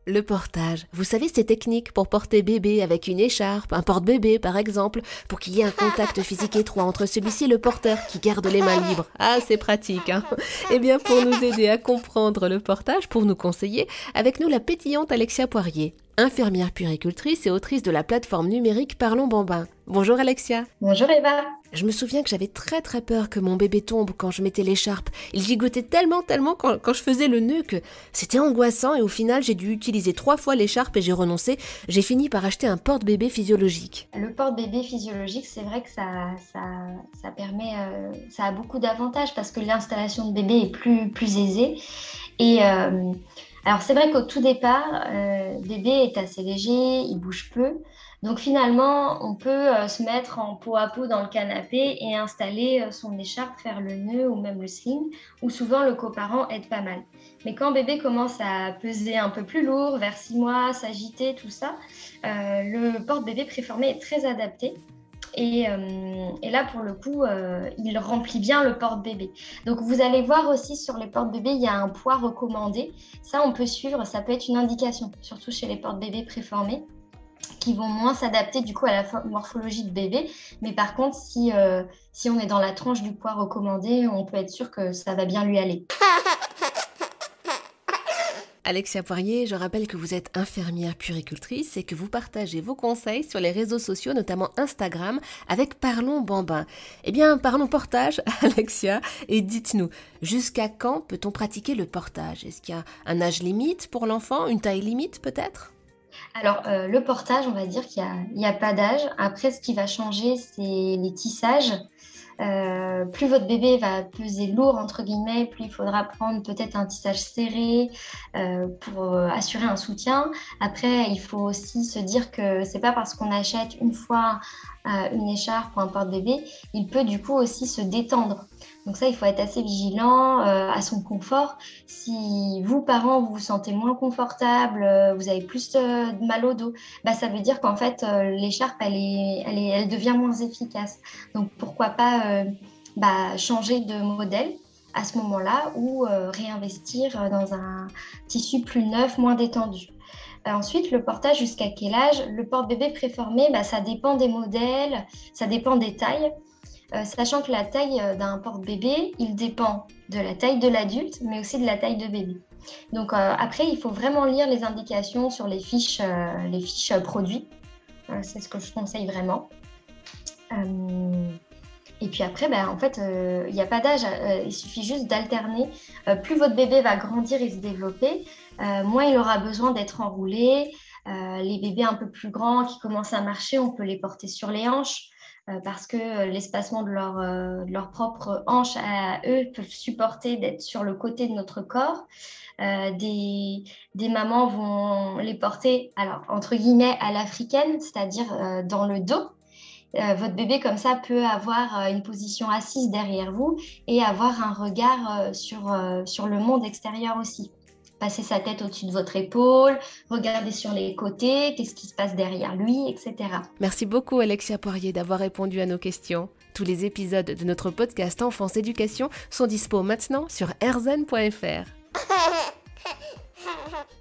Le portage. Vous savez, ces techniques pour porter bébé avec une écharpe, un porte-bébé par exemple, pour qu'il y ait un contact physique étroit entre celui-ci et le porteur qui garde les mains libres. Ah, c'est pratique, hein. Eh bien, pour nous aider à comprendre le portage, pour nous conseiller, avec nous la pétillante Alexia Poirier, infirmière puéricultrice et autrice de la plateforme numérique Parlons Bambin. Bonjour Alexia. Bonjour Eva. Je me souviens que j'avais très peur que mon bébé tombe quand je mettais l'écharpe. Il gigotait tellement quand je faisais le nœud que c'était angoissant et au final j'ai dû utiliser 3 fois l'écharpe et j'ai renoncé. J'ai fini par acheter un porte-bébé physiologique. Le porte-bébé physiologique, c'est vrai que ça permet, ça a beaucoup d'avantages parce que l'installation de bébé est plus aisée. Et alors c'est vrai qu'au tout départ, bébé est assez léger, il bouge peu. Donc finalement, on peut se mettre en peau à peau dans le canapé et installer son écharpe, faire le nœud ou même le sling, où souvent le coparent aide pas mal. Mais quand bébé commence à peser un peu plus lourd, vers 6 mois, s'agiter, tout ça, le porte-bébé préformé est très adapté. Et là, pour le coup, il remplit bien le porte-bébé. Donc, vous allez voir aussi sur les porte-bébés, il y a un poids recommandé. Ça, on peut suivre, ça peut être une indication, surtout chez les porte-bébés préformés, qui vont moins s'adapter du coup à la morphologie de bébé. Mais par contre, si on est dans la tranche du poids recommandé, on peut être sûr que ça va bien lui aller. Alexia Poirier, je rappelle que vous êtes infirmière puéricultrice et que vous partagez vos conseils sur les réseaux sociaux, notamment Instagram, avec Parlons Bambin. Eh bien, parlons portage, Alexia, et dites-nous, jusqu'à quand peut-on pratiquer le portage? Est-ce qu'il y a un âge limite pour l'enfant, une taille limite peut-être? Alors, le portage, on va dire qu'il n'y a pas d'âge. Après, ce qui va changer, c'est les tissages. Plus votre bébé va peser lourd, entre guillemets, plus il faudra prendre peut-être un tissage serré pour assurer un soutien. Après, il faut aussi se dire que c'est pas parce qu'on achète une fois une écharpe ou un porte-bébé, il peut du coup aussi se détendre. Donc ça, il faut être assez vigilant à son confort. Si vous, parents, vous vous sentez moins confortable, vous avez plus de mal au dos, bah, ça veut dire qu'en fait, l'écharpe, elle devient moins efficace. Donc pourquoi pas changer de modèle à ce moment-là ou réinvestir dans un tissu plus neuf, moins détendu. Ensuite, le portage, jusqu'à quel âge? Le porte-bébé préformé, ça dépend des modèles, ça dépend des tailles. Sachant que la taille d'un porte-bébé, il dépend de la taille de l'adulte, mais aussi de la taille de bébé. Donc après, il faut vraiment lire les indications sur les fiches produits. C'est ce que je conseille vraiment. Et puis après, en fait, il n'y a pas d'âge, il suffit juste d'alterner. Plus votre bébé va grandir et se développer, moins il aura besoin d'être enroulé. Les bébés un peu plus grands qui commencent à marcher, on peut les porter sur les hanches parce que l'espacement de leur propre hanche à eux peuvent supporter d'être sur le côté de notre corps. Des mamans vont les porter, alors entre guillemets, à l'africaine, c'est-à-dire dans le dos. Votre bébé, comme ça, peut avoir une position assise derrière vous et avoir un regard sur le monde extérieur aussi. Passer sa tête au-dessus de votre épaule, regarder sur les côtés, qu'est-ce qui se passe derrière lui, etc. Merci beaucoup Alexia Poirier d'avoir répondu à nos questions. Tous les épisodes de notre podcast Enfance Éducation sont dispo maintenant sur rzn.fr.